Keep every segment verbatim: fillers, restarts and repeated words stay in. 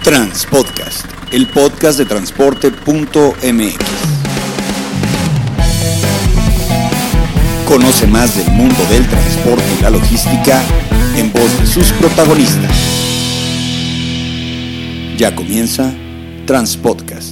Transpodcast, el podcast de transporte punto m x. Conoce más del mundo del transporte y la logística en voz de sus protagonistas. Ya comienza Transpodcast.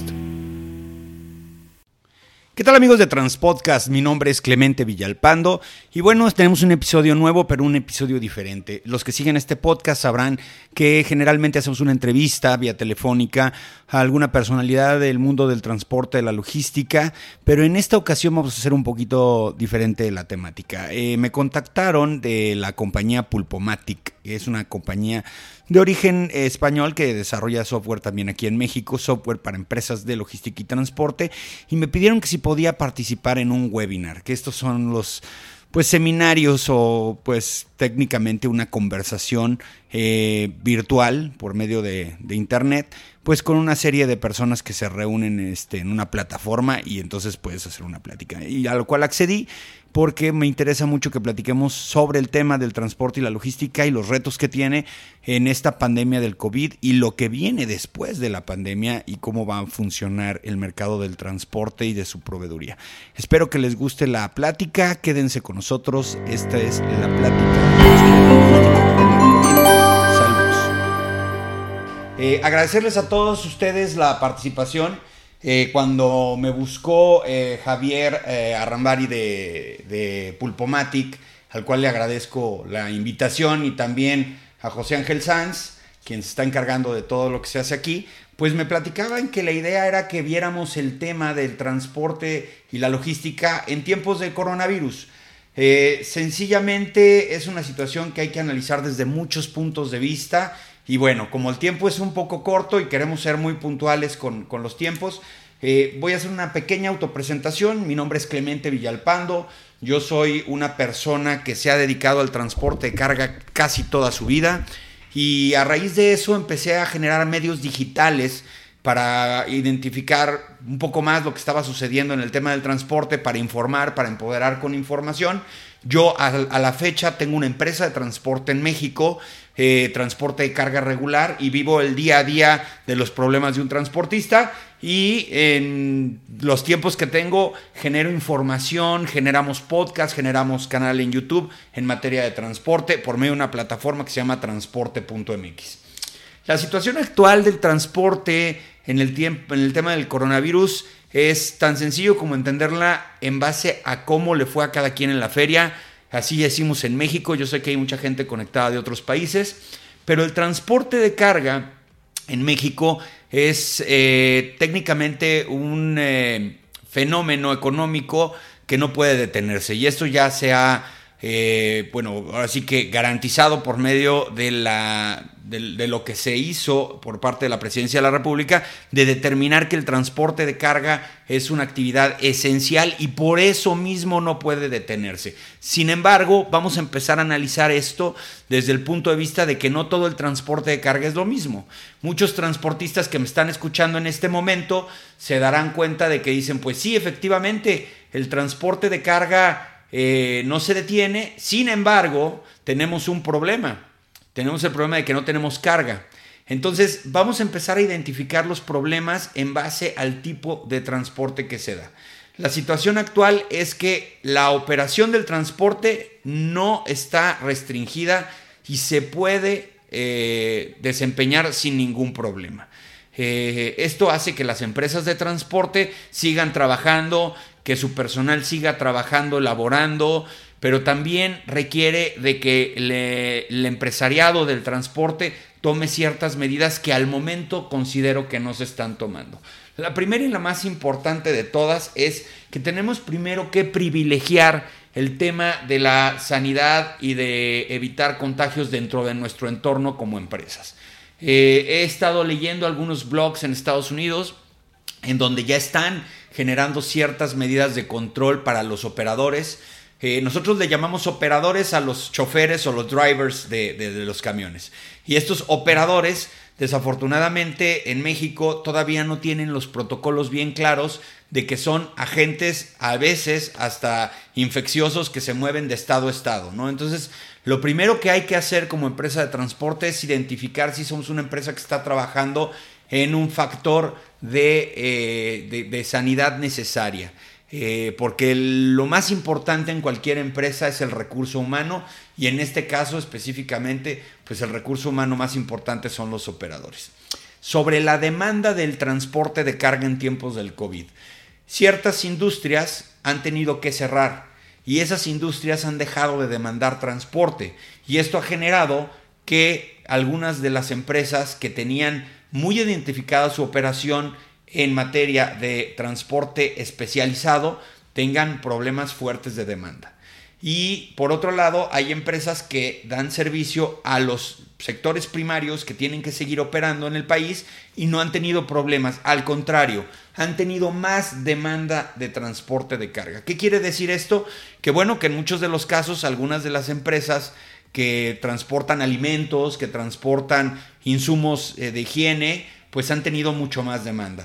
¿Qué tal, amigos de Transpodcast? Mi nombre es Clemente Villalpando y bueno, tenemos un episodio nuevo, pero un episodio diferente. Los que siguen este podcast sabrán que generalmente hacemos una entrevista vía telefónica a alguna personalidad del mundo del transporte, de la logística, pero en esta ocasión vamos a hacer un poquito diferente la temática. Eh, me contactaron de la compañía Pulpomatic, que es una compañía de origen español que desarrolla software también aquí en México, software para empresas de logística y transporte, y me pidieron que si podía participar en un webinar, que estos son los pues seminarios o pues técnicamente una conversación eh, virtual por medio de, de internet, pues con una serie de personas que se reúnen este, en una plataforma y entonces puedes hacer una plática, y a lo cual accedí porque me interesa mucho que platiquemos sobre el tema del transporte y la logística y los retos que tiene en esta pandemia del COVID y lo que viene después de la pandemia y cómo va a funcionar el mercado del transporte y de su proveeduría. Espero que les guste la plática, quédense con nosotros, esta es la plática. Saludos. Eh, agradecerles a todos ustedes la participación. Eh, cuando me buscó eh, Javier eh, Arrambari de, de Pulpomatic, al cual le agradezco la invitación, y también a José Ángel Sanz, quien se está encargando de todo lo que se hace aquí, pues me platicaban que la idea era que viéramos el tema del transporte y la logística en tiempos de coronavirus. Eh, sencillamente es una situación que hay que analizar desde muchos puntos de vista. Y bueno, como el tiempo es un poco corto y queremos ser muy puntuales con, con los tiempos, eh, voy a hacer una pequeña autopresentación. Mi nombre es Clemente Villalpando. Yo soy una persona que se ha dedicado al transporte de carga casi toda su vida. Y a raíz de eso empecé a generar medios digitales para identificar un poco más lo que estaba sucediendo en el tema del transporte, para informar, para empoderar con información. Yo a, a la fecha tengo una empresa de transporte en México, eh, transporte de carga regular, y vivo el día a día de los problemas de un transportista, y en los tiempos que tengo genero información, generamos podcast, generamos canal en YouTube en materia de transporte por medio de una plataforma que se llama transporte punto m x. La situación actual del transporte en el, tiempo, en el tema del coronavirus es tan sencillo como entenderla en base a cómo le fue a cada quien en la feria. Así decimos en México. Yo sé que hay mucha gente conectada de otros países, pero el transporte de carga en México es eh, técnicamente un eh, fenómeno económico que no puede detenerse, y esto ya se ha Eh, bueno, ahora sí que garantizado por medio de, la, de, de lo que se hizo por parte de la Presidencia de la República, de determinar que el transporte de carga es una actividad esencial y por eso mismo no puede detenerse. Sin embargo, vamos a empezar a analizar esto desde el punto de vista de que no todo el transporte de carga es lo mismo. Muchos transportistas que me están escuchando en este momento se darán cuenta de que dicen, pues sí, efectivamente, el transporte de carga Eh, no se detiene. Sin embargo, tenemos un problema. Tenemos el problema de que no tenemos carga. Entonces, vamos a empezar a identificar los problemas en base al tipo de transporte que se da. La situación actual es que la operación del transporte no está restringida y se puede eh, desempeñar sin ningún problema. Eh, esto hace que las empresas de transporte sigan trabajando, que su personal siga trabajando, laborando, pero también requiere de que le, el empresariado del transporte tome ciertas medidas que al momento considero que no se están tomando. La primera y la más importante de todas es que tenemos primero que privilegiar el tema de la sanidad y de evitar contagios dentro de nuestro entorno como empresas. Eh, he estado leyendo algunos blogs en Estados Unidos en donde ya están generando ciertas medidas de control para los operadores. Eh, nosotros le llamamos operadores a los choferes o los drivers de, de, de los camiones. Y estos operadores, desafortunadamente, en México todavía no tienen los protocolos bien claros de que son agentes a veces hasta infecciosos que se mueven de estado a estado, ¿no? Entonces, lo primero que hay que hacer como empresa de transporte es identificar si somos una empresa que está trabajando en un factor de, eh, de, de sanidad necesaria. Eh, porque el, lo más importante en cualquier empresa es el recurso humano, y en este caso específicamente, pues el recurso humano más importante son los operadores. Sobre la demanda del transporte de carga en tiempos del COVID, ciertas industrias han tenido que cerrar y esas industrias han dejado de demandar transporte, y esto ha generado que algunas de las empresas que tenían muy identificada su operación en materia de transporte especializado tengan problemas fuertes de demanda. Y por otro lado, hay empresas que dan servicio a los sectores primarios que tienen que seguir operando en el país y no han tenido problemas. Al contrario, han tenido más demanda de transporte de carga. ¿Qué quiere decir esto? Que bueno, que en muchos de los casos algunas de las empresas que transportan alimentos, que transportan insumos eh, de higiene, pues han tenido mucho más demanda.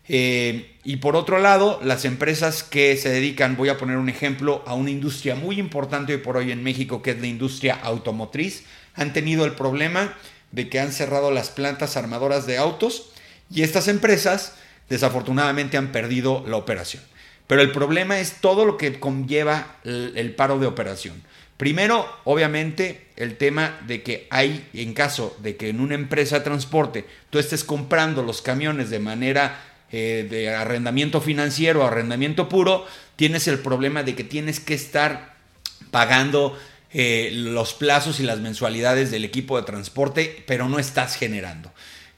Eh, y por otro lado, las empresas que se dedican, voy a poner un ejemplo, a una industria muy importante hoy por hoy en México, que es la industria automotriz, han tenido el problema de que han cerrado las plantas armadoras de autos, y estas empresas desafortunadamente han perdido la operación. Pero el problema es todo lo que conlleva el, el paro de operación. Primero, obviamente, el tema de que hay, en caso de que en una empresa de transporte tú estés comprando los camiones de manera eh, de arrendamiento financiero o arrendamiento puro, tienes el problema de que tienes que estar pagando eh, los plazos y las mensualidades del equipo de transporte, pero no estás generando.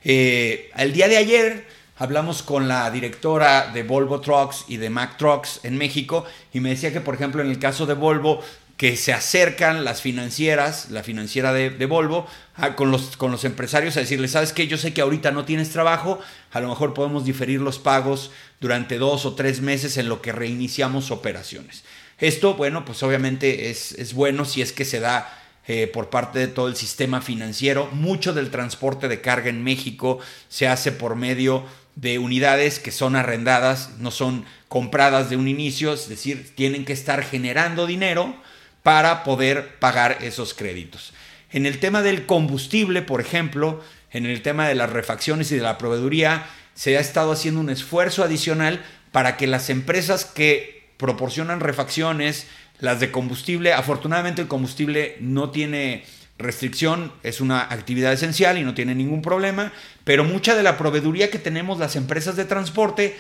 Eh, el día de ayer hablamos con la directora de Volvo Trucks y de Mack Trucks en México, y me decía que, por ejemplo, en el caso de Volvo, que se acercan las financieras, la financiera de, de Volvo, a, con, los, con los empresarios a decirles, ¿sabes qué? Yo sé que ahorita no tienes trabajo, a lo mejor podemos diferir los pagos durante dos o tres meses en lo que reiniciamos operaciones. Esto, bueno, pues obviamente es, es bueno si es que se da eh, por parte de todo el sistema financiero. Mucho del transporte de carga en México se hace por medio de unidades que son arrendadas, no son compradas de un inicio, es decir, tienen que estar generando dinero para poder pagar esos créditos. En el tema del combustible, por ejemplo, en el tema de las refacciones y de la proveeduría, se ha estado haciendo un esfuerzo adicional para que las empresas que proporcionan refacciones, las de combustible, afortunadamente el combustible no tiene restricción, es una actividad esencial y no tiene ningún problema, pero mucha de la proveeduría que tenemos las empresas de transporte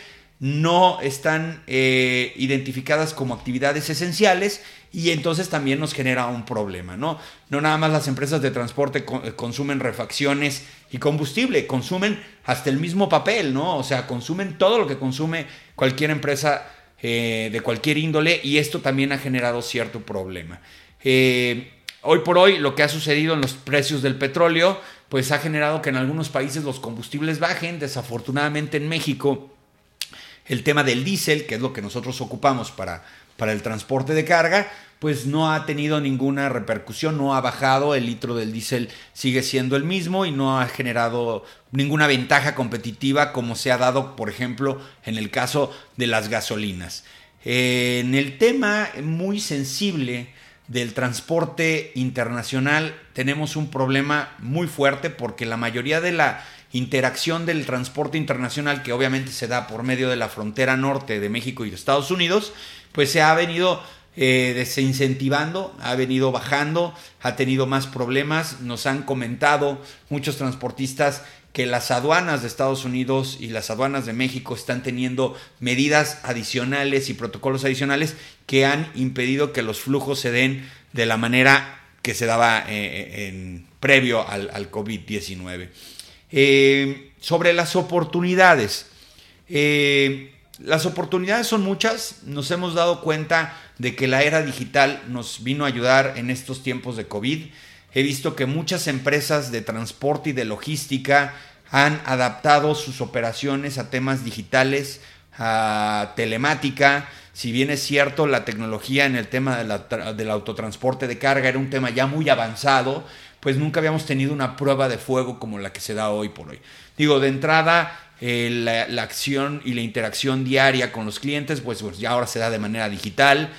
no están eh, identificadas como actividades esenciales, y entonces también nos genera un problema, ¿no? No nada más las empresas de transporte co- consumen refacciones y combustible, consumen hasta el mismo papel, ¿no? O sea, consumen todo lo que consume cualquier empresa eh, de cualquier índole, y esto también ha generado cierto problema. Eh, hoy por hoy lo que ha sucedido en los precios del petróleo, pues ha generado que en algunos países los combustibles bajen. Desafortunadamente en México el tema del diésel, que es lo que nosotros ocupamos para, para el transporte de carga, pues no ha tenido ninguna repercusión, no ha bajado, el litro del diésel sigue siendo el mismo y no ha generado ninguna ventaja competitiva como se ha dado, por ejemplo, en el caso de las gasolinas. Eh, en el tema muy sensible del transporte internacional tenemos un problema muy fuerte, porque la mayoría de la interacción del transporte internacional, que obviamente se da por medio de la frontera norte de México y de Estados Unidos, pues se ha venido eh, desincentivando, ha venido bajando, ha tenido más problemas. Nos han comentado muchos transportistas que las aduanas de Estados Unidos y las aduanas de México están teniendo medidas adicionales y protocolos adicionales que han impedido que los flujos se den de la manera que se daba eh, en, previo al, al COVID diecinueve. Eh, sobre las oportunidades, eh, las oportunidades son muchas. Nos hemos dado cuenta de que la era digital nos vino a ayudar en estos tiempos de COVID. He visto que muchas empresas de transporte y de logística han adaptado sus operaciones a temas digitales, a telemática. Si bien es cierto, la tecnología en el tema de la, del autotransporte de carga era un tema ya muy avanzado, pues nunca habíamos tenido una prueba de fuego como la que se da hoy por hoy. Digo, de entrada, eh, la, la acción y la interacción diaria con los clientes, pues, pues ya ahora se da de manera digital.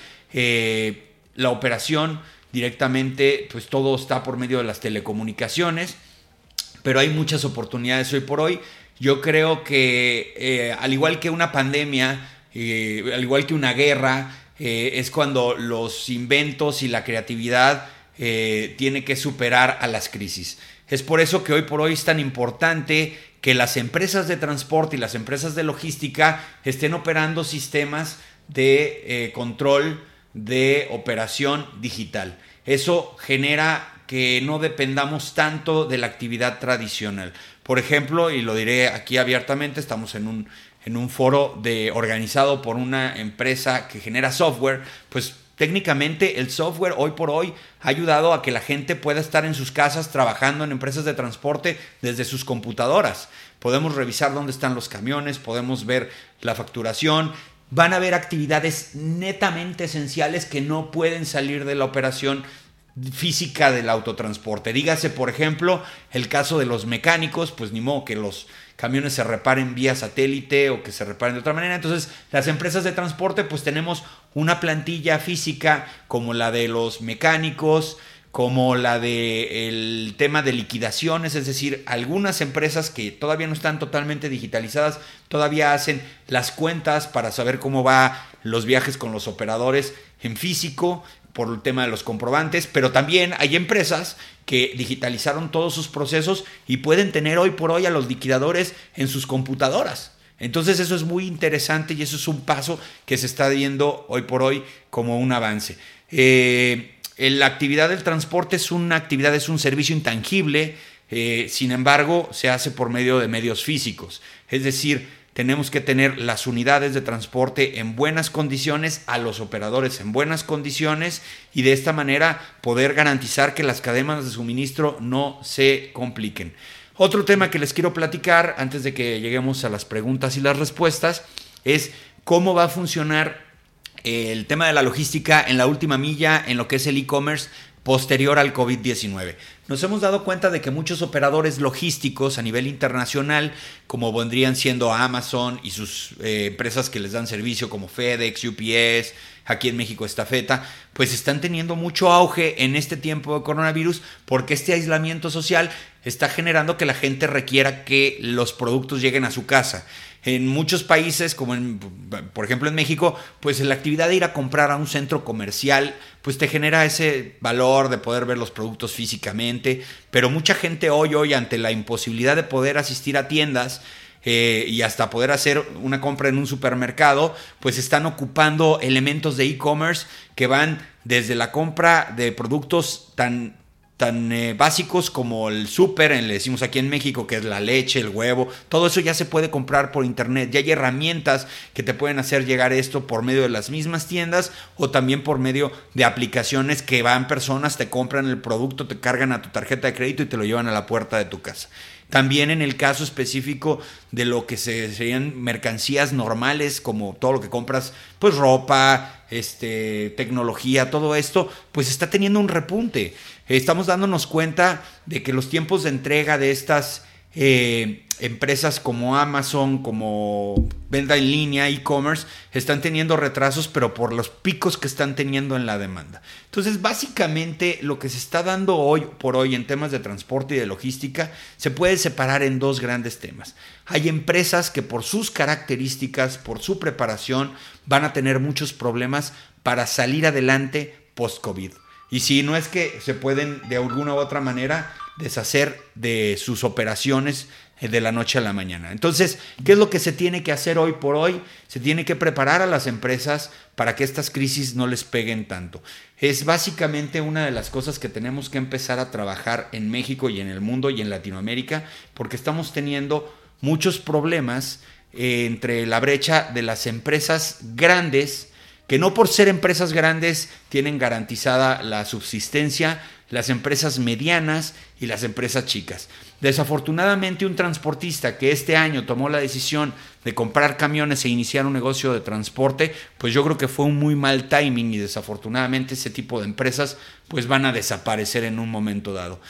Eh, la operación directamente, pues todo está por medio de las telecomunicaciones, pero hay muchas oportunidades hoy por hoy. Yo creo que eh, al igual que una pandemia, eh, al igual que una guerra, eh, es cuando los inventos y la creatividad eh, tiene que superar a las crisis. Es por eso que hoy por hoy es tan importante que las empresas de transporte y las empresas de logística estén operando sistemas de eh, control de operación digital. Eso genera que no dependamos tanto de la actividad tradicional. Por ejemplo, y lo diré aquí abiertamente, estamos en un, en un foro de, organizado por una empresa que genera software, pues técnicamente el software hoy por hoy ha ayudado a que la gente pueda estar en sus casas trabajando en empresas de transporte desde sus computadoras. Podemos revisar dónde están los camiones, podemos ver la facturación. Van a haber actividades netamente esenciales que no pueden salir de la operación física del autotransporte. Dígase, por ejemplo, el caso de los mecánicos, pues ni modo que los camiones se reparen vía satélite o que se reparen de otra manera. Entonces, las empresas de transporte, pues tenemos una plantilla física como la de los mecánicos, como la del tema de liquidaciones, es decir, algunas empresas que todavía no están totalmente digitalizadas, todavía hacen las cuentas para saber cómo va los viajes con los operadores en físico, por el tema de los comprobantes, pero también hay empresas que digitalizaron todos sus procesos y pueden tener hoy por hoy a los liquidadores en sus computadoras. Entonces eso es muy interesante y eso es un paso que se está viendo hoy por hoy como un avance. Eh, la actividad del transporte es una actividad, es un servicio intangible, eh, sin embargo se hace por medio de medios físicos, es decir, tenemos que tener las unidades de transporte en buenas condiciones, a los operadores en buenas condiciones y de esta manera poder garantizar que las cadenas de suministro no se compliquen. Otro tema que les quiero platicar antes de que lleguemos a las preguntas y las respuestas es cómo va a funcionar el tema de la logística en la última milla en lo que es el e-commerce posterior al COVID diecinueve. Nos hemos dado cuenta de que muchos operadores logísticos a nivel internacional, como vendrían siendo Amazon y sus eh, empresas que les dan servicio como FedEx, U P S, aquí en México Estafeta, pues están teniendo mucho auge en este tiempo de coronavirus porque este aislamiento social está generando que la gente requiera que los productos lleguen a su casa. En muchos países, como en, por ejemplo en México, pues la actividad de ir a comprar a un centro comercial, pues te genera ese valor de poder ver los productos físicamente, pero mucha gente hoy, hoy ante la imposibilidad de poder asistir a tiendas eh, y hasta poder hacer una compra en un supermercado, pues están ocupando elementos de e-commerce que van desde la compra de productos tan tan eh, básicos como el súper, le decimos aquí en México, que es la leche, el huevo, todo eso ya se puede comprar por internet. Ya hay herramientas que te pueden hacer llegar esto por medio de las mismas tiendas o también por medio de aplicaciones que van personas, te compran el producto, te cargan a tu tarjeta de crédito y te lo llevan a la puerta de tu casa. También en el caso específico de lo que se, serían mercancías normales, como todo lo que compras, pues ropa, este, tecnología, todo esto, pues está teniendo un repunte. Estamos dándonos cuenta de que los tiempos de entrega de estas eh, empresas como Amazon, como venta en línea, e-commerce, están teniendo retrasos, pero por los picos que están teniendo en la demanda. Entonces, básicamente, lo que se está dando hoy por hoy en temas de transporte y de logística se puede separar en dos grandes temas. Hay empresas que por sus características, por su preparación, van a tener muchos problemas para salir adelante post-COVID. Y si no es que se pueden de alguna u otra manera deshacer de sus operaciones de la noche a la mañana. Entonces, ¿qué es lo que se tiene que hacer hoy por hoy? Se tiene que preparar a las empresas para que estas crisis no les peguen tanto. Es básicamente una de las cosas que tenemos que empezar a trabajar en México y en el mundo y en Latinoamérica, porque estamos teniendo muchos problemas eh, entre la brecha de las empresas grandes que no por ser empresas grandes tienen garantizada la subsistencia, las empresas medianas y las empresas chicas. Desafortunadamente, un transportista que este año tomó la decisión de comprar camiones e iniciar un negocio de transporte, pues yo creo que fue un muy mal timing y desafortunadamente ese tipo de empresas pues van a desaparecer en un momento dado.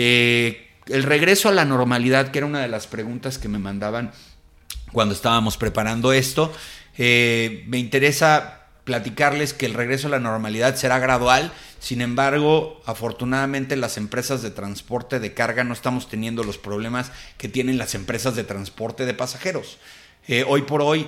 Eh, el regreso a la normalidad, que era una de las preguntas que me mandaban cuando estábamos preparando esto, eh, me interesa platicarles que el regreso a la normalidad será gradual. Sin embargo, afortunadamente las empresas de transporte de carga no estamos teniendo los problemas que tienen las empresas de transporte de pasajeros. Eh, hoy por hoy,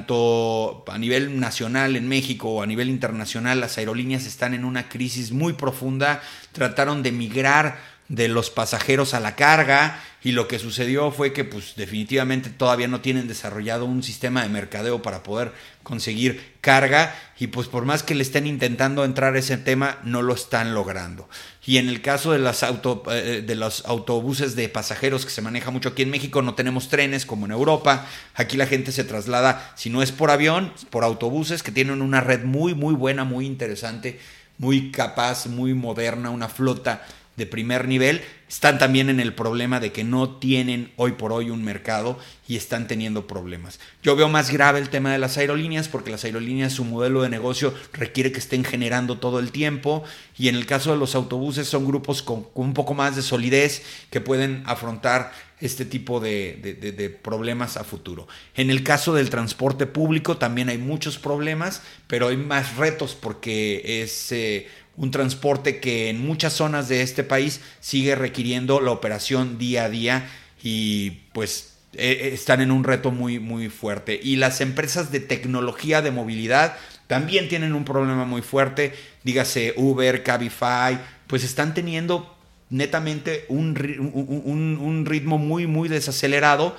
tanto a nivel nacional en México o a nivel internacional, las aerolíneas están en una crisis muy profunda. Trataron de migrar de los pasajeros a la carga y lo que sucedió fue que pues definitivamente todavía no tienen desarrollado un sistema de mercadeo para poder conseguir carga y pues por más que le estén intentando entrar a ese tema no lo están logrando. Y en el caso de, las auto, eh, de los autobuses de pasajeros que se maneja mucho aquí en México, no tenemos trenes como en Europa. Aquí la gente se traslada, si no es por avión, por autobuses que tienen una red muy muy buena, muy interesante, muy capaz, muy moderna, una flota de primer nivel. Están también en el problema de que no tienen hoy por hoy un mercado y están teniendo problemas. Yo veo más grave el tema de las aerolíneas porque las aerolíneas, su modelo de negocio requiere que estén generando todo el tiempo, y en el caso de los autobuses son grupos con, con un poco más de solidez que pueden afrontar este tipo de, de, de, de problemas a futuro. En el caso del transporte público también hay muchos problemas, pero hay más retos porque es eh, un transporte que en muchas zonas de este país sigue requiriendo la operación día a día y pues eh, están en un reto muy, muy fuerte. Y las empresas de tecnología de movilidad también tienen un problema muy fuerte, dígase Uber, Cabify, pues están teniendo netamente un, un, un ritmo muy, muy desacelerado.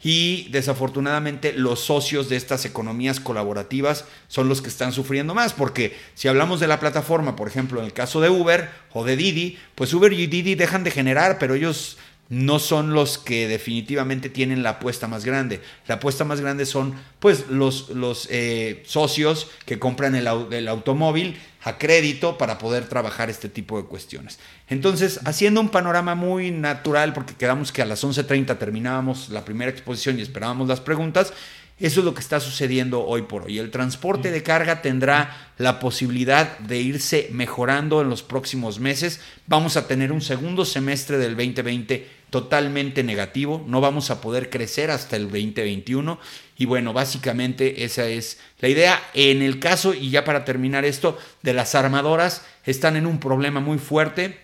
Y desafortunadamente los socios de estas economías colaborativas son los que están sufriendo más, porque si hablamos de la plataforma, por ejemplo, en el caso de Uber o de Didi, pues Uber y Didi dejan de generar, pero ellos no son los que definitivamente tienen la apuesta más grande. La apuesta más grande son pues los, los eh, socios que compran el, el automóvil a crédito para poder trabajar este tipo de cuestiones. Entonces, haciendo un panorama muy natural, porque quedamos que a las once treinta terminábamos la primera exposición y esperábamos las preguntas, eso es lo que está sucediendo hoy por hoy. El transporte de carga tendrá la posibilidad de irse mejorando en los próximos meses. Vamos a tener un segundo semestre del veinte veinte totalmente negativo. No vamos a poder crecer hasta el veinte veintiuno. Y bueno, básicamente esa es la idea. En el caso, y ya para terminar esto, de las armadoras, están en un problema muy fuerte.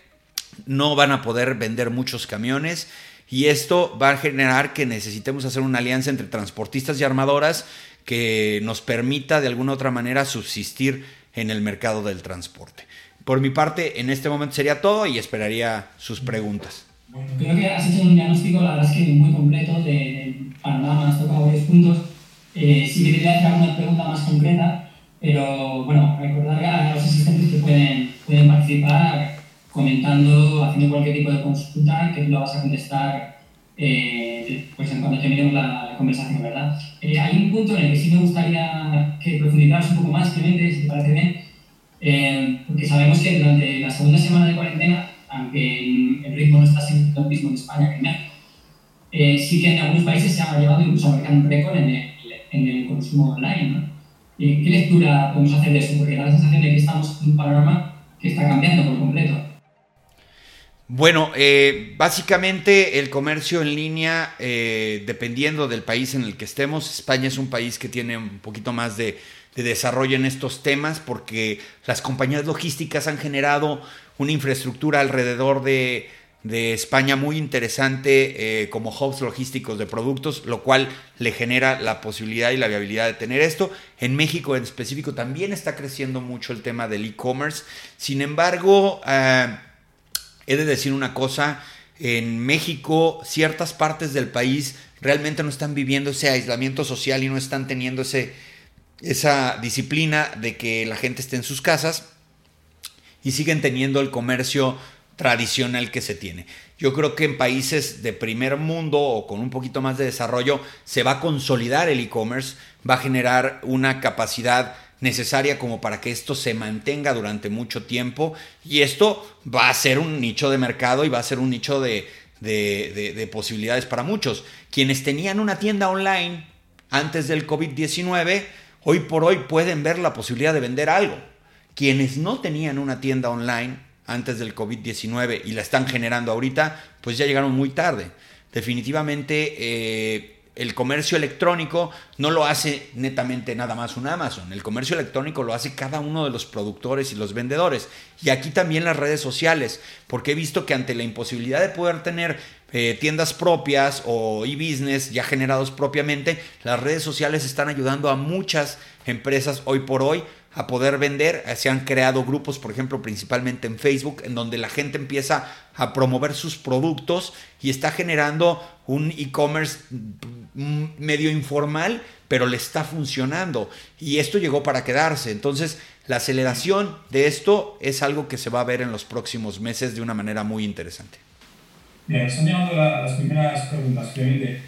No van a poder vender muchos camiones. Y esto va a generar que necesitemos hacer una alianza entre transportistas y armadoras que nos permita de alguna u otra manera subsistir en el mercado del transporte. Por mi parte, en este momento sería todo y esperaría sus preguntas. Bueno, creo que has hecho un diagnóstico, la verdad es que muy completo, de, del panorama, has tocado varios puntos. Eh, sí que te voy a hacer alguna pregunta más concreta, pero bueno, recordar a los asistentes que pueden, pueden participar comentando, haciendo cualquier tipo de consulta, que tú lo vas a contestar eh, pues en cuanto terminemos la, la conversación, ¿verdad? Eh, hay un punto en el que sí me gustaría que profundizaras un poco más, Clemente, si te parece bien, eh, porque sabemos que durante la segunda semana de cuarentena, aunque el ritmo no está siendo el mismo en España que en México, eh, sí que en algunos países se ha llevado incluso a marcar un récord en el, en el consumo online, ¿no? Eh, ¿Qué lectura podemos hacer de eso? Porque da la sensación de que estamos en un panorama que está cambiando por completo. Bueno, eh, básicamente el comercio en línea, eh, dependiendo del país en el que estemos, España es un país que tiene un poquito más de, de desarrollo en estos temas porque las compañías logísticas han generado una infraestructura alrededor de, de España muy interesante eh, como hubs logísticos de productos, lo cual le genera la posibilidad y la viabilidad de tener esto. En México en específico también está creciendo mucho el tema del e-commerce. Sin embargo, eh, he de decir una cosa, en México ciertas partes del país realmente no están viviendo ese aislamiento social y no están teniendo ese, esa disciplina de que la gente esté en sus casas y siguen teniendo el comercio tradicional que se tiene. Yo creo que en países de primer mundo o con un poquito más de desarrollo se va a consolidar el e-commerce, va a generar una capacidad necesaria como para que esto se mantenga durante mucho tiempo, y esto va a ser un nicho de mercado y va a ser un nicho de, de, de, de posibilidades para muchos. Quienes tenían una tienda online antes del covid diecinueve, hoy por hoy pueden ver la posibilidad de vender algo. Quienes no tenían una tienda online antes del covid diecinueve y la están generando ahorita, pues ya llegaron muy tarde. Definitivamente eh, el comercio electrónico no lo hace netamente nada más un Amazon. El comercio electrónico lo hace cada uno de los productores y los vendedores. Y aquí también las redes sociales, porque he visto que ante la imposibilidad de poder tener eh, tiendas propias o e-business ya generados propiamente, las redes sociales están ayudando a muchas empresas hoy por hoy a poder vender. Se han creado grupos, por ejemplo, principalmente en Facebook, en donde la gente empieza a promover sus productos y está generando un e-commerce medio informal, pero le está funcionando. Y esto llegó para quedarse. Entonces, la aceleración de esto es algo que se va a ver en los próximos meses de una manera muy interesante. Bien, están llegando a las primeras preguntas, Clemente.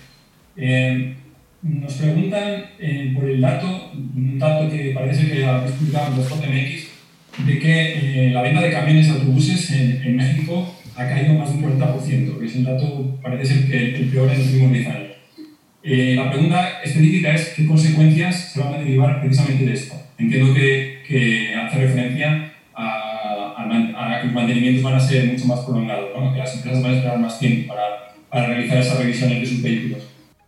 Eh, Nos preguntan eh, por el dato, un dato que parece que habéis publicado en Transporte M X, de que eh, la venta de camiones y autobuses en, en México ha caído más de un cuarenta por ciento, que es un dato, parece ser que el peor en los últimos diez años. Eh, la pregunta específica es qué consecuencias se van a derivar precisamente de esto. Entiendo que, que hace referencia a, a, a que los mantenimientos van a ser mucho más prolongados, ¿no? Que las empresas van a esperar más tiempo para, para realizar esas revisiones de sus vehículos.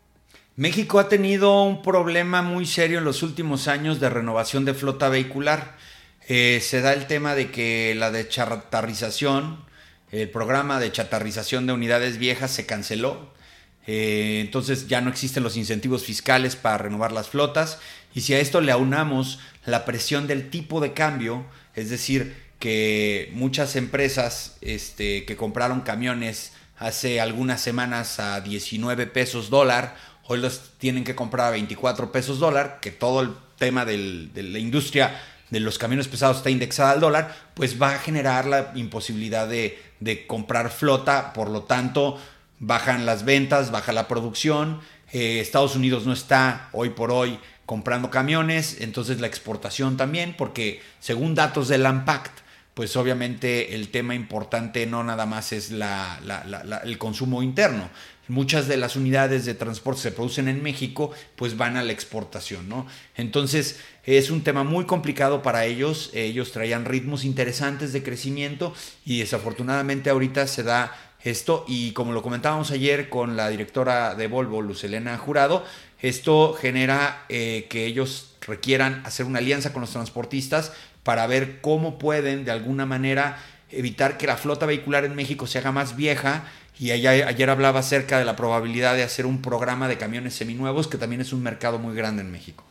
México ha tenido un problema muy serio en los últimos años de renovación de flota vehicular. Eh, se da el tema de que la de chatarrización, el programa de chatarrización de unidades viejas se canceló. Eh, entonces ya no existen los incentivos fiscales para renovar las flotas. Y si a esto le aunamos la presión del tipo de cambio, es decir, que muchas empresas este, que compraron camiones hace algunas semanas a diecinueve pesos dólar, hoy los tienen que comprar a veinticuatro pesos dólar, que todo el tema del, de la industria de los camiones pesados está indexada al dólar, pues va a generar la imposibilidad de, de comprar flota, por lo tanto bajan las ventas, baja la producción. eh, Estados Unidos no está hoy por hoy comprando camiones, entonces la exportación también, porque según datos del ANPACT, pues obviamente el tema importante no nada más es la, la, la, la, el consumo interno. Muchas de las unidades de transporte se producen en México, pues van a la exportación, ¿no? Entonces es un tema muy complicado para ellos. Ellos traían ritmos interesantes de crecimiento y desafortunadamente ahorita se da esto, y como lo comentábamos ayer con la directora de Volvo, Luz Helena Jurado, esto genera eh, que ellos requieran hacer una alianza con los transportistas para ver cómo pueden de alguna manera evitar que la flota vehicular en México se haga más vieja. Y ayer, ayer hablaba acerca de la probabilidad de hacer un programa de camiones seminuevos, que también es un mercado muy grande en México.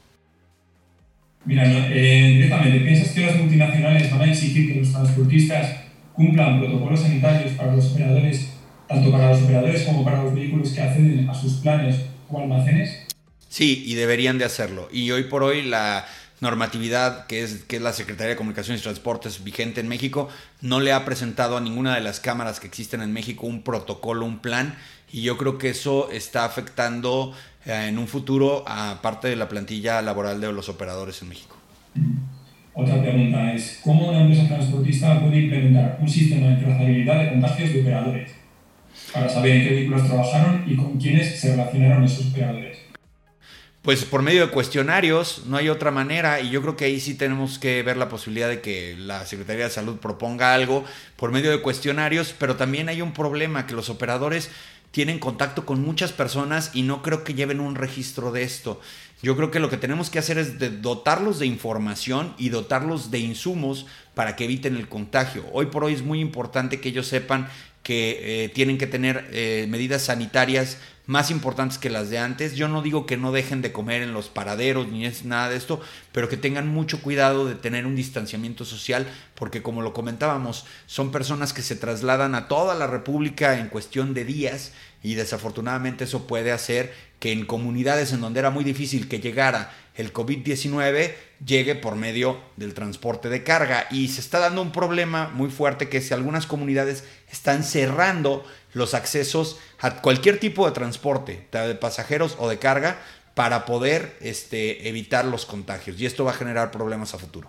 Mira, eh, directamente, ¿piensas que las multinacionales van a exigir que los transportistas cumplan protocolos sanitarios para los operadores, tanto para los operadores como para los vehículos que acceden a sus planes o almacenes? Sí, y deberían de hacerlo. Y hoy por hoy la normatividad que es, que es la Secretaría de Comunicaciones y Transportes vigente en México no le ha presentado a ninguna de las cámaras que existen en México un protocolo, un plan, y yo creo que eso está afectando eh, en un futuro a parte de la plantilla laboral de los operadores en México. Otra pregunta es, ¿cómo una empresa transportista puede implementar un sistema de trazabilidad de contagios de operadores para saber en qué vehículos trabajaron y con quiénes se relacionaron esos operadores? Pues por medio de cuestionarios, no hay otra manera, y yo creo que ahí sí tenemos que ver la posibilidad de que la Secretaría de Salud proponga algo por medio de cuestionarios, pero también hay un problema, que los operadores tienen contacto con muchas personas y no creo que lleven un registro de esto. Yo creo que lo que tenemos que hacer es de dotarlos de información y dotarlos de insumos para que eviten el contagio. Hoy por hoy es muy importante que ellos sepan que eh, tienen que tener eh, medidas sanitarias más importantes que las de antes. Yo no digo que no dejen de comer en los paraderos ni es nada de esto, pero que tengan mucho cuidado de tener un distanciamiento social, porque como lo comentábamos, son personas que se trasladan a toda la República en cuestión de días, y desafortunadamente eso puede hacer que en comunidades en donde era muy difícil que llegara el covid diecinueve llegue por medio del transporte de carga, y se está dando un problema muy fuerte, que si algunas comunidades están cerrando los accesos a cualquier tipo de transporte, de pasajeros o de carga, para poder este, evitar los contagios. Y esto va a generar problemas a futuro.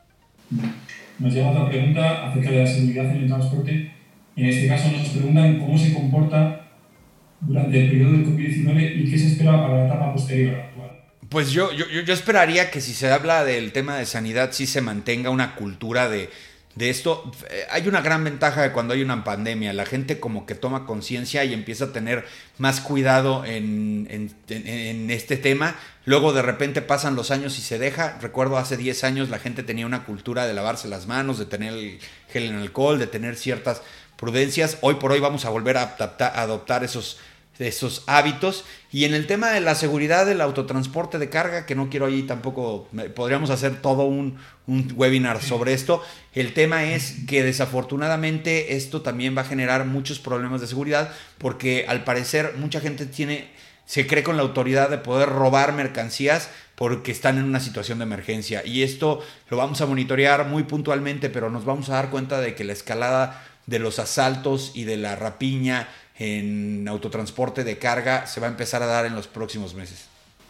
Nos llega otra pregunta acerca de la seguridad en el transporte. En este caso nos preguntan cómo se comporta durante el periodo del covid diecinueve y qué se espera para la etapa posterior actual. Pues yo, yo, yo esperaría que si se habla del tema de sanidad, sí se mantenga una cultura de, de esto. Hay una gran ventaja de cuando hay una pandemia. La gente como que toma conciencia y empieza a tener más cuidado en, en, en, en este tema. Luego de repente pasan los años y se deja. Recuerdo hace diez años la gente tenía una cultura de lavarse las manos, de tener el gel en alcohol, de tener ciertas prudencias. Hoy por hoy vamos a volver a adaptar, a adoptar esos esos hábitos. Y en el tema de la seguridad del autotransporte de carga, que no quiero ahí tampoco, podríamos hacer todo un, un webinar sobre esto. El tema es que desafortunadamente esto también va a generar muchos problemas de seguridad, porque al parecer mucha gente tiene, se cree con la autoridad de poder robar mercancías porque están en una situación de emergencia, y esto lo vamos a monitorear muy puntualmente, pero nos vamos a dar cuenta de que la escalada de los asaltos y de la rapiña en autotransporte de carga se va a empezar a dar en los próximos meses.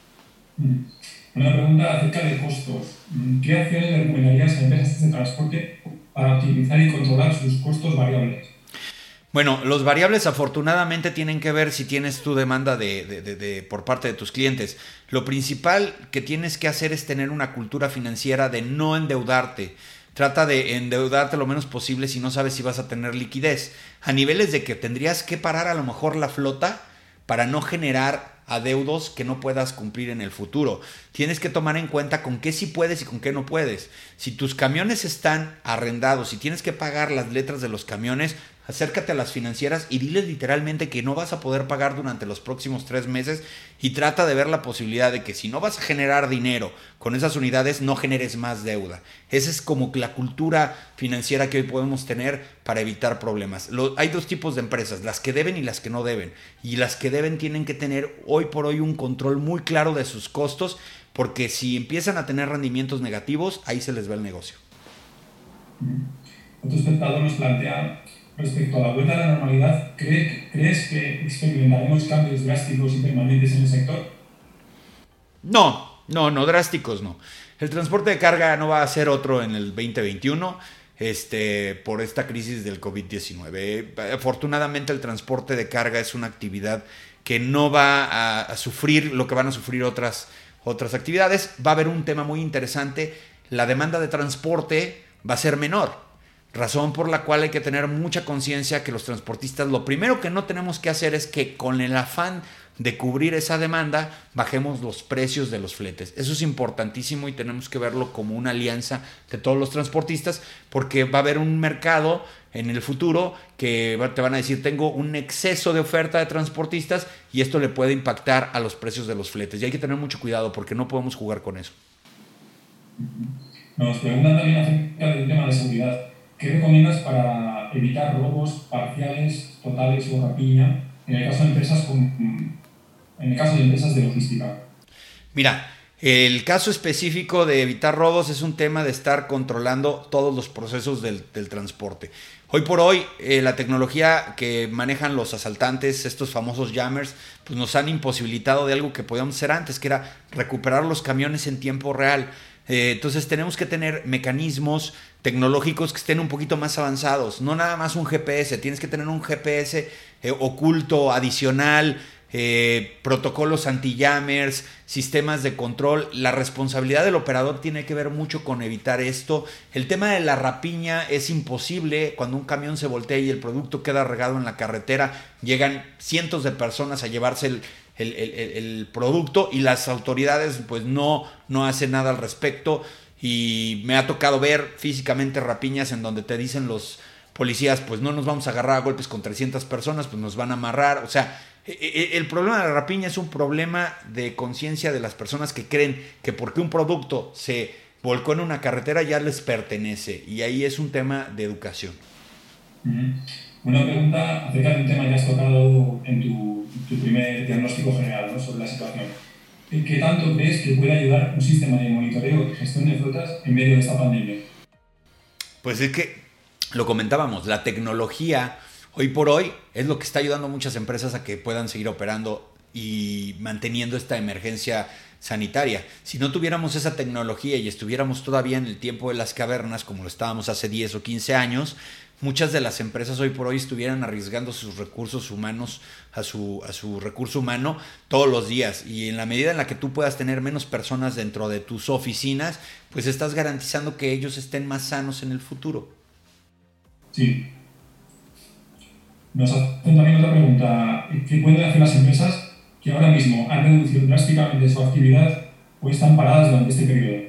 Una pregunta acerca de costos. ¿Qué acciones le recomendarías a empresas de transporte para optimizar y controlar sus costos variables? Bueno, los variables afortunadamente tienen que ver si tienes tu demanda de, de, de, de, por parte de tus clientes. Lo principal que tienes que hacer es tener una cultura financiera de no endeudarte. Trata de endeudarte lo menos posible si no sabes si vas a tener liquidez. A niveles de que tendrías que parar a lo mejor la flota para no generar adeudos que no puedas cumplir en el futuro. Tienes que tomar en cuenta con qué sí puedes y con qué no puedes. Si tus camiones están arrendados, si tienes que pagar las letras de los camiones, acércate a las financieras y diles literalmente que no vas a poder pagar durante los próximos tres meses, y trata de ver la posibilidad de que si no vas a generar dinero con esas unidades, no generes más deuda. Esa es como la cultura financiera que hoy podemos tener para evitar problemas. Lo, hay dos tipos de empresas, las que deben y las que no deben. Y las que deben tienen que tener hoy por hoy un control muy claro de sus costos, porque si empiezan a tener rendimientos negativos, ahí se les va el negocio. Otro espectador nos plantea: respecto a la vuelta a la normalidad, ¿cree, ¿crees que experimentaremos cambios drásticos y permanentes en el sector? No, no, no, drásticos no. El transporte de carga no va a ser otro en el veinte veintiuno este, por esta crisis del covid diecinueve. Afortunadamente el transporte de carga es una actividad que no va a, a sufrir lo que van a sufrir otras, otras actividades. Va a haber un tema muy interesante: la demanda de transporte va a ser menor. Razón por la cual hay que tener mucha conciencia que los transportistas, lo primero que no tenemos que hacer es que con el afán de cubrir esa demanda bajemos los precios de los fletes. Eso es importantísimo y tenemos que verlo como una alianza de todos los transportistas, porque va a haber un mercado en el futuro que te van a decir: tengo un exceso de oferta de transportistas, y esto le puede impactar a los precios de los fletes, y hay que tener mucho cuidado porque no podemos jugar con eso. Nos preguntan también acerca del tema de seguridad. ¿Qué recomiendas para evitar robos parciales, totales o rapiña en el caso de empresas con, en el caso de empresas de logística? Mira, el caso específico de evitar robos es un tema de estar controlando todos los procesos del, del transporte. Hoy por hoy, eh, la tecnología que manejan los asaltantes, estos famosos jammers, pues nos han imposibilitado de algo que podíamos hacer antes, que era recuperar los camiones en tiempo real. Eh, entonces tenemos que tener mecanismos tecnológicos que estén un poquito más avanzados. No nada más un G P S, tienes que tener un G P S eh, oculto, adicional, eh, protocolos anti-jammers, sistemas de control. La responsabilidad del operador tiene que ver mucho con evitar esto. El tema de la rapiña es imposible. Cuando un camión se voltea y el producto queda regado en la carretera, llegan cientos de personas a llevarse el El, el, el producto, y las autoridades pues no, no hacen nada al respecto. Y me ha tocado ver físicamente rapiñas en donde te dicen los policías: pues no nos vamos a agarrar a golpes con trescientas personas, pues nos van a amarrar. O sea, el problema de la rapiña es un problema de conciencia de las personas que creen que porque un producto se volcó en una carretera ya les pertenece, y ahí es un tema de educación. Uh-huh. Una pregunta acerca de un tema que has tocado en tu, tu primer diagnóstico general, ¿no?, sobre la situación. ¿Qué tanto crees que puede ayudar un sistema de monitoreo y gestión de flotas en medio de esta pandemia? Pues es que lo comentábamos, la tecnología hoy por hoy es lo que está ayudando a muchas empresas a que puedan seguir operando y manteniendo esta emergencia sanitaria. Si no tuviéramos esa tecnología y estuviéramos todavía en el tiempo de las cavernas, como lo estábamos hace diez o quince años, muchas de las empresas hoy por hoy estuvieran arriesgando sus recursos humanos a su, a su recurso humano todos los días. Y en la medida en la que tú puedas tener menos personas dentro de tus oficinas, pues estás garantizando que ellos estén más sanos en el futuro. Sí. Nos hacen también otra pregunta. ¿Qué pueden hacer las empresas que ahora mismo han reducido drásticamente su actividad o están paradas durante este periodo?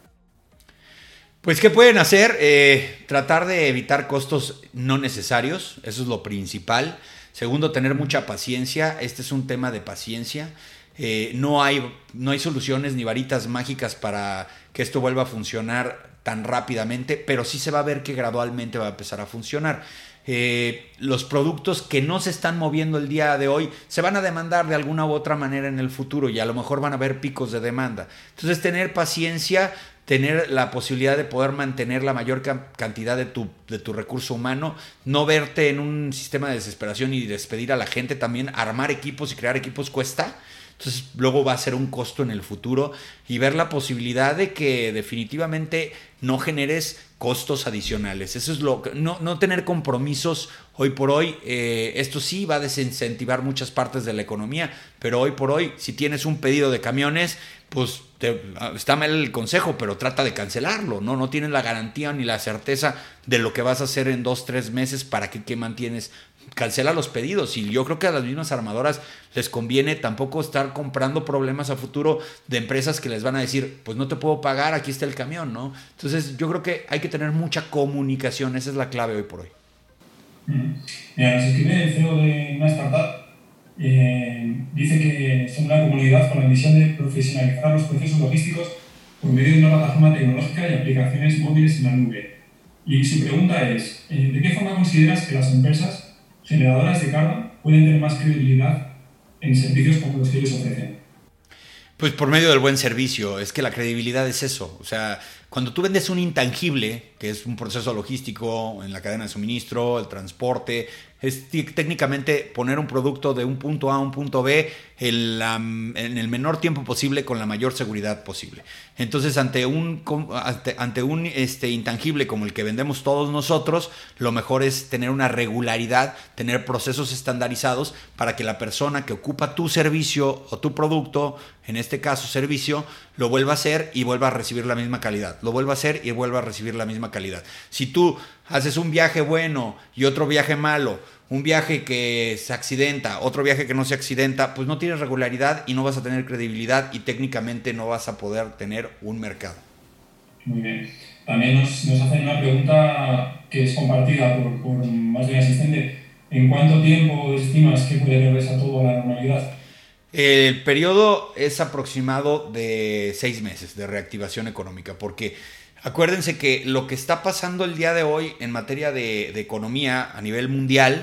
Pues, ¿qué pueden hacer? Eh, tratar de evitar costos no necesarios, eso es lo principal. Segundo, tener mucha paciencia. Este es un tema de paciencia. Eh, no hay, no hay soluciones ni varitas mágicas para que esto vuelva a funcionar tan rápidamente, pero sí se va a ver que gradualmente va a empezar a funcionar. Eh, los productos que no se están moviendo el día de hoy se van a demandar de alguna u otra manera en el futuro y a lo mejor van a haber picos de demanda. Entonces, tener paciencia, tener la posibilidad de poder mantener la mayor cantidad de tu, de tu recurso humano, no verte en un sistema de desesperación y despedir a la gente. También armar equipos y crear equipos cuesta. Entonces luego va a ser un costo en el futuro y ver la posibilidad de que definitivamente no generes costos adicionales. Eso es lo que, no, no tener compromisos hoy por hoy. Eh, esto sí va a desincentivar muchas partes de la economía, pero hoy por hoy, si tienes un pedido de camiones, pues te, está mal el consejo, pero trata de cancelarlo, ¿no? No tienes la garantía ni la certeza de lo que vas a hacer en dos, tres meses. ¿Para qué, qué mantienes? Cancela los pedidos. Y yo creo que a las mismas armadoras les conviene tampoco estar comprando problemas a futuro de empresas que les van a decir, pues no te puedo pagar, aquí está el camión, ¿no? Entonces yo creo que hay que tener mucha comunicación, esa es la clave hoy por hoy. Mm. Mira, nos escribe el C E O de una startup, eh, dice que son una comunidad con la misión de profesionalizar los procesos logísticos por medio de una plataforma tecnológica y aplicaciones móviles en la nube. Y su pregunta es, eh, ¿de qué forma consideras que las empresas generadoras de carga pueden tener más credibilidad en servicios como los que ellos ofrecen? Pues por medio del buen servicio. Es que la credibilidad es eso. O sea, cuando tú vendes un intangible, que es un proceso logístico en la cadena de suministro, el transporte, es técnicamente poner un producto de un punto A a un punto B en, la, en el menor tiempo posible con la mayor seguridad posible. Entonces, ante un, ante, ante un este, intangible como el que vendemos todos nosotros, lo mejor es tener una regularidad, tener procesos estandarizados para que la persona que ocupa tu servicio o tu producto, en este caso servicio, lo vuelva a hacer y vuelva a recibir la misma calidad. Lo vuelva a hacer y vuelva a recibir la misma calidad. Si tú haces un viaje bueno y otro viaje malo, un viaje que se accidenta, otro viaje que no se accidenta, pues no tienes regularidad y no vas a tener credibilidad y técnicamente no vas a poder tener un mercado. Muy bien. También nos, nos hacen una pregunta que es compartida por, por más de un asistente. ¿En cuánto tiempo estimas que puede regresar todo a la normalidad? El periodo es aproximado de seis meses de reactivación económica, porque acuérdense que lo que está pasando el día de hoy en materia de, de economía a nivel mundial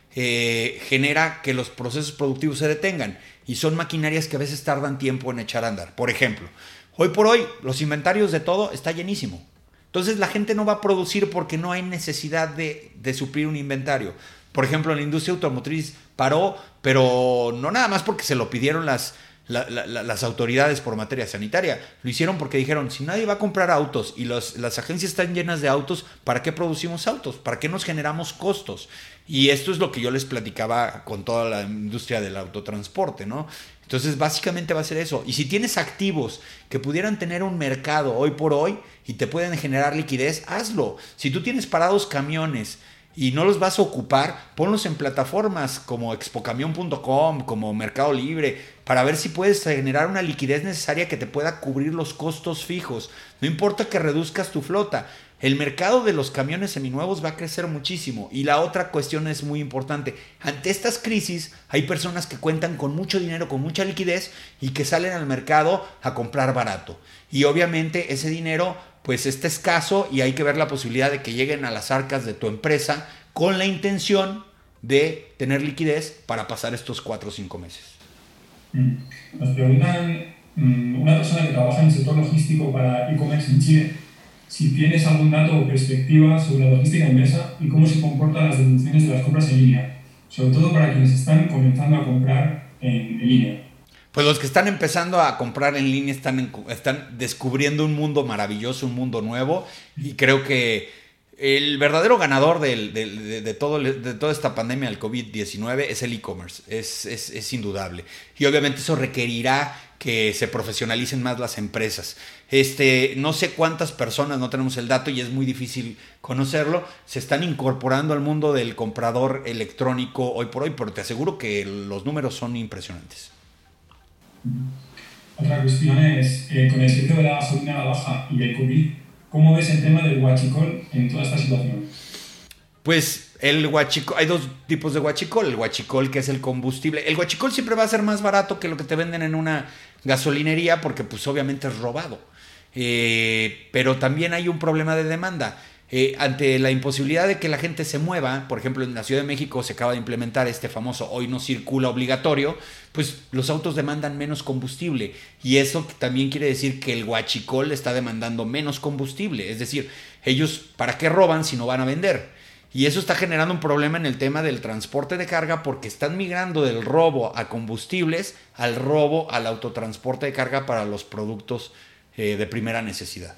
eh, genera que los procesos productivos se detengan y son maquinarias que a veces tardan tiempo en echar a andar. Por ejemplo, hoy por hoy los inventarios de todo está llenísimo. Entonces la gente no va a producir porque no hay necesidad de, de suplir un inventario. Por ejemplo, la industria automotriz paró, pero no nada más porque se lo pidieron las, la, la, las autoridades por materia sanitaria. Lo hicieron porque dijeron, si nadie va a comprar autos y los, las agencias están llenas de autos, ¿para qué producimos autos? ¿Para qué nos generamos costos? Y esto es lo que yo les platicaba con toda la industria del autotransporte, ¿no? Entonces, básicamente va a ser eso. Y si tienes activos que pudieran tener un mercado hoy por hoy y te pueden generar liquidez, hazlo. Si tú tienes parados camiones y no los vas a ocupar, ponlos en plataformas como expocamion punto com, como Mercado Libre, para ver si puedes generar una liquidez necesaria que te pueda cubrir los costos fijos. No importa que reduzcas tu flota, el mercado de los camiones seminuevos va a crecer muchísimo. Y la otra cuestión es muy importante. Ante estas crisis hay personas que cuentan con mucho dinero, con mucha liquidez y que salen al mercado a comprar barato. Y obviamente ese dinero pues está escaso y hay que ver la posibilidad de que lleguen a las arcas de tu empresa con la intención de tener liquidez para pasar estos cuatro o cinco meses. Nos preguntan, una persona que trabaja en el sector logístico para e-commerce en Chile, si tienes algún dato o perspectiva sobre la logística inversa y cómo se comportan las devoluciones de las compras en línea, sobre todo para quienes están comenzando a comprar en, en línea? Pues los que están empezando a comprar en línea están, en, están descubriendo un mundo maravilloso, un mundo nuevo, y creo que el verdadero ganador del, del, de, de, todo, de toda esta pandemia del covid diecinueve es el e-commerce, es, es, es indudable. Y obviamente eso requerirá que se profesionalicen más las empresas. Este, no sé cuántas personas, no tenemos el dato y es muy difícil conocerlo, se están incorporando al mundo del comprador electrónico hoy por hoy, pero te aseguro que los números son impresionantes. Otra cuestión es, eh, con el precio de la gasolina a la baja y el COVID, ¿cómo ves el tema del huachicol en toda esta situación? Pues el huachicol, hay dos tipos de huachicol. El huachicol, que es el combustible. El huachicol siempre va a ser más barato que lo que te venden en una gasolinería porque pues obviamente es robado. Eh, pero también hay un problema de demanda. Eh, ante la imposibilidad de que la gente se mueva, por ejemplo en la Ciudad de México se acaba de implementar este famoso hoy no circula obligatorio, pues los autos demandan menos combustible y eso también quiere decir que el huachicol está demandando menos combustible, es decir, ellos ¿para qué roban si no van a vender? Y eso está generando un problema en el tema del transporte de carga porque están migrando del robo a combustibles al robo al autotransporte de carga para los productos eh, de primera necesidad.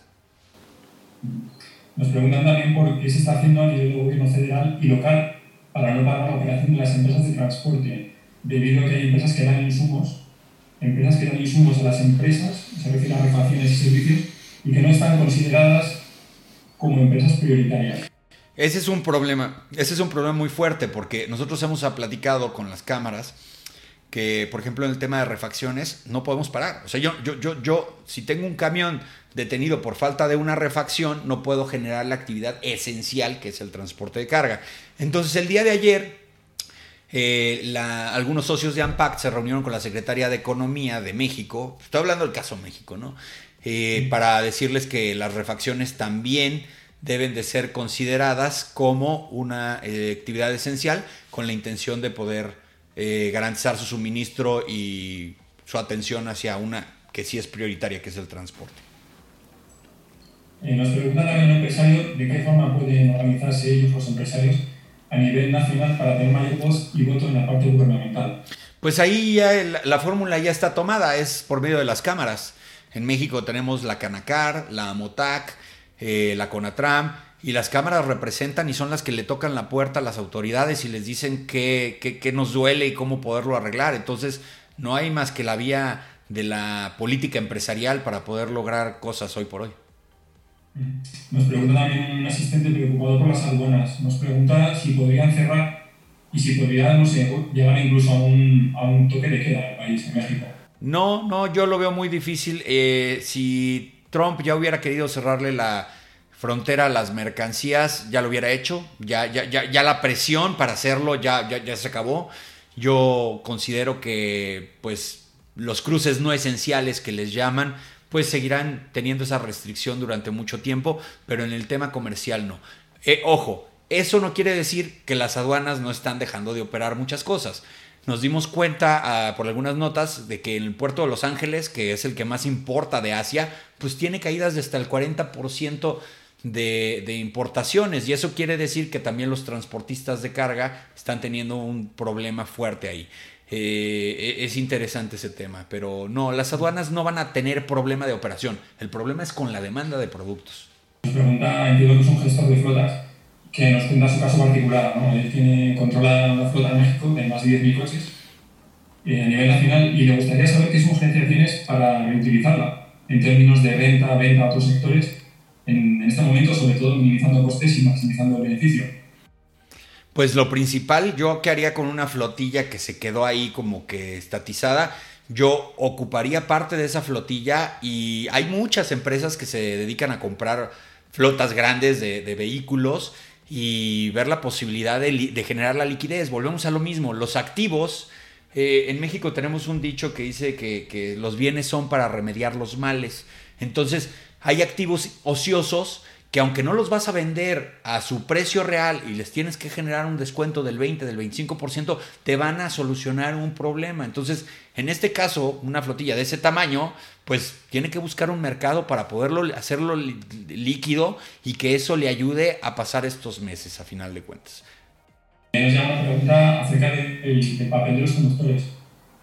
Nos preguntan también por qué se está haciendo a nivel del gobierno federal y local para no pagar la operación de las empresas de transporte, debido a que hay empresas que dan insumos, empresas que dan insumos a las empresas, se refiere a refacciones y servicios, y que no están consideradas como empresas prioritarias. Ese es un problema, ese es un problema muy fuerte porque nosotros hemos platicado con las cámaras que, por ejemplo, en el tema de refacciones no podemos parar. O sea, yo, yo, yo, yo si tengo un camión detenido por falta de una refacción, no puedo generar la actividad esencial que es el transporte de carga. Entonces, el día de ayer, eh, la, algunos socios de ANPACT se reunieron con la Secretaría de Economía de México, estoy hablando del caso México, ¿no? Eh, para decirles que las refacciones también deben de ser consideradas como una eh, actividad esencial con la intención de poder eh, garantizar su suministro y su atención hacia una que sí es prioritaria, que es el transporte. Eh, nos pregunta también un empresario de qué forma pueden organizarse ellos, los empresarios, a nivel nacional para tener mayor voz y voto en la parte gubernamental. Pues ahí ya el, la fórmula ya está tomada, es por medio de las cámaras. En México tenemos la Canacar, la AMOTAC, eh, la CONATRAM, y las cámaras representan y son las que le tocan la puerta a las autoridades y les dicen qué, qué, qué nos duele y cómo poderlo arreglar. Entonces no hay más que la vía de la política empresarial para poder lograr cosas hoy por hoy. Nos pregunta también un asistente preocupado por las aduanas. Nos pregunta si podrían cerrar y si podría, no sé, llegar incluso a un, a un toque de queda en el país, en México. No, no, yo lo veo muy difícil. Eh, si Trump ya hubiera querido cerrarle la frontera a las mercancías, ya lo hubiera hecho. Ya, ya, ya, ya la presión para hacerlo ya, ya, ya se acabó. Yo considero que pues los cruces no esenciales que les llaman pues seguirán teniendo esa restricción durante mucho tiempo, pero en el tema comercial no. Eh, ojo, eso no quiere decir que las aduanas no están dejando de operar muchas cosas. Nos dimos cuenta uh, por algunas notas de que en el puerto de Los Ángeles, que es el que más importa de Asia, pues tiene caídas de hasta el cuarenta por ciento de, de importaciones, y eso quiere decir que también los transportistas de carga están teniendo un problema fuerte ahí. Eh, es interesante ese tema, pero no, las aduanas no van a tener problema de operación, el problema es con la demanda de productos. Nos pregunta, entiendo que es un gestor de flotas, que nos cuenta su caso particular, ¿no? Él tiene, controla una flota en México de más de diez mil coches eh, a nivel nacional, y le gustaría saber qué sugerencia tienes para reutilizarla en términos de renta, venta a otros sectores en, en este momento, sobre todo minimizando costes y maximizando el beneficio. Pues lo principal, yo qué haría con una flotilla que se quedó ahí como que estatizada, yo ocuparía parte de esa flotilla, y hay muchas empresas que se dedican a comprar flotas grandes de, de vehículos y ver la posibilidad de, de generar la liquidez. Volvemos a lo mismo, los activos, eh, en México tenemos un dicho que dice que, que los bienes son para remediar los males. Entonces hay activos ociosos que aunque no los vas a vender a su precio real y les tienes que generar un descuento del veinte, del veinticinco por ciento, te van a solucionar un problema. Entonces, en este caso, una flotilla de ese tamaño, pues tiene que buscar un mercado para poderlo hacerlo líquido y que eso le ayude a pasar estos meses, a final de cuentas. Nos llama una pregunta acerca del, del papel de los conductores.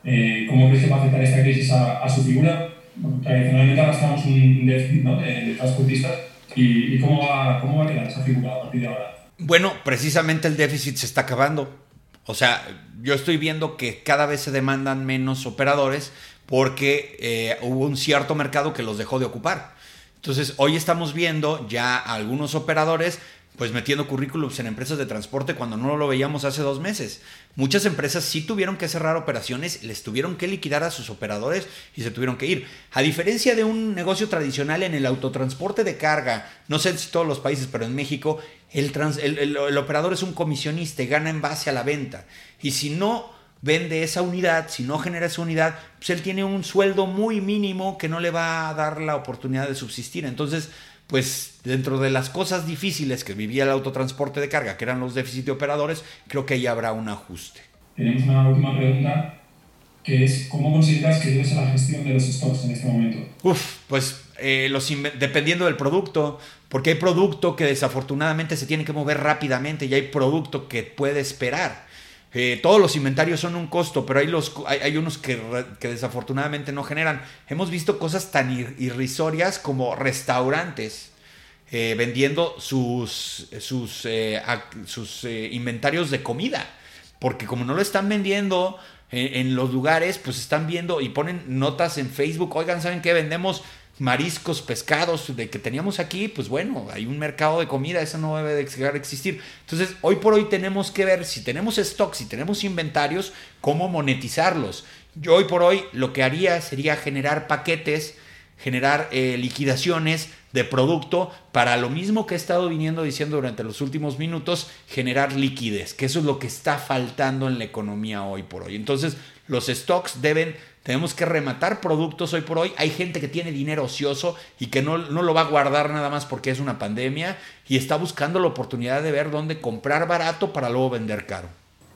Eh, ¿Cómo crees que va a afectar esta crisis a, a su figura? Bueno, tradicionalmente arrastramos un déficit, ¿no?, de, de transportistas. ¿Y, y cómo, va, cómo va a quedar esa figura a partir de ahora? Bueno, precisamente el déficit se está acabando. O sea, yo estoy viendo que cada vez se demandan menos operadores porque eh, hubo un cierto mercado que los dejó de ocupar. Entonces, hoy estamos viendo ya a algunos operadores pues metiendo currículums en empresas de transporte cuando no lo veíamos hace dos meses. Muchas empresas sí tuvieron que cerrar operaciones, les tuvieron que liquidar a sus operadores y se tuvieron que ir. A diferencia de un negocio tradicional en el autotransporte de carga, no sé si todos los países, pero en México, el, trans, el, el, el operador es un comisionista y gana en base a la venta. Y si no vende esa unidad, si no genera esa unidad, pues él tiene un sueldo muy mínimo que no le va a dar la oportunidad de subsistir. Entonces, pues dentro de las cosas difíciles que vivía el autotransporte de carga, que eran los déficits de operadores, creo que ahí habrá un ajuste. Tenemos una última pregunta, que es ¿cómo consideras que debe ser la gestión de los stocks en este momento? Uf, pues eh, los dependiendo del producto, porque hay producto que desafortunadamente se tiene que mover rápidamente y hay producto que puede esperar. Eh, todos los inventarios son un costo, pero hay, los, hay, hay unos que, que desafortunadamente no generan. Hemos visto cosas tan irrisorias como restaurantes eh, vendiendo sus, sus, eh, sus eh, inventarios de comida, porque como no lo están vendiendo eh, en los lugares, pues están viendo y ponen notas en Facebook, oigan, ¿saben qué? Vendemos mariscos, pescados de que teníamos aquí, pues bueno, hay un mercado de comida, eso no debe de llegar a existir. Entonces, hoy por hoy tenemos que ver si tenemos stocks, si tenemos inventarios, cómo monetizarlos. Yo hoy por hoy lo que haría sería generar paquetes, generar eh, liquidaciones de producto para lo mismo que he estado viniendo diciendo durante los últimos minutos, generar liquidez, que eso es lo que está faltando en la economía hoy por hoy. Entonces, los stocks deben, tenemos que rematar productos hoy por hoy. Hay gente que tiene dinero ocioso y que no, no lo va a guardar nada más porque es una pandemia y está buscando la oportunidad de ver dónde comprar barato para luego vender caro.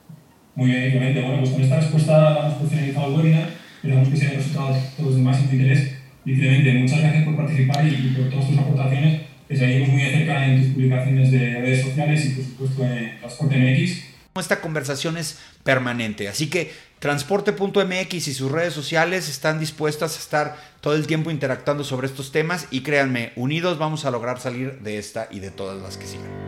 Muy bien, Clemente. Bueno, pues con esta respuesta damos por finalizado el webinar. Esperamos que se hayan resultado todos de máximo interés. Y Clemente, muchas gracias por participar y, y por todas tus aportaciones. Te seguimos muy de cerca en tus publicaciones de redes sociales y por supuesto en Transporte M X. Esta conversación es permanente, así que Transporte punto M X y sus redes sociales están dispuestas a estar todo el tiempo interactuando sobre estos temas y créanme, unidos vamos a lograr salir de esta y de todas las que sigan.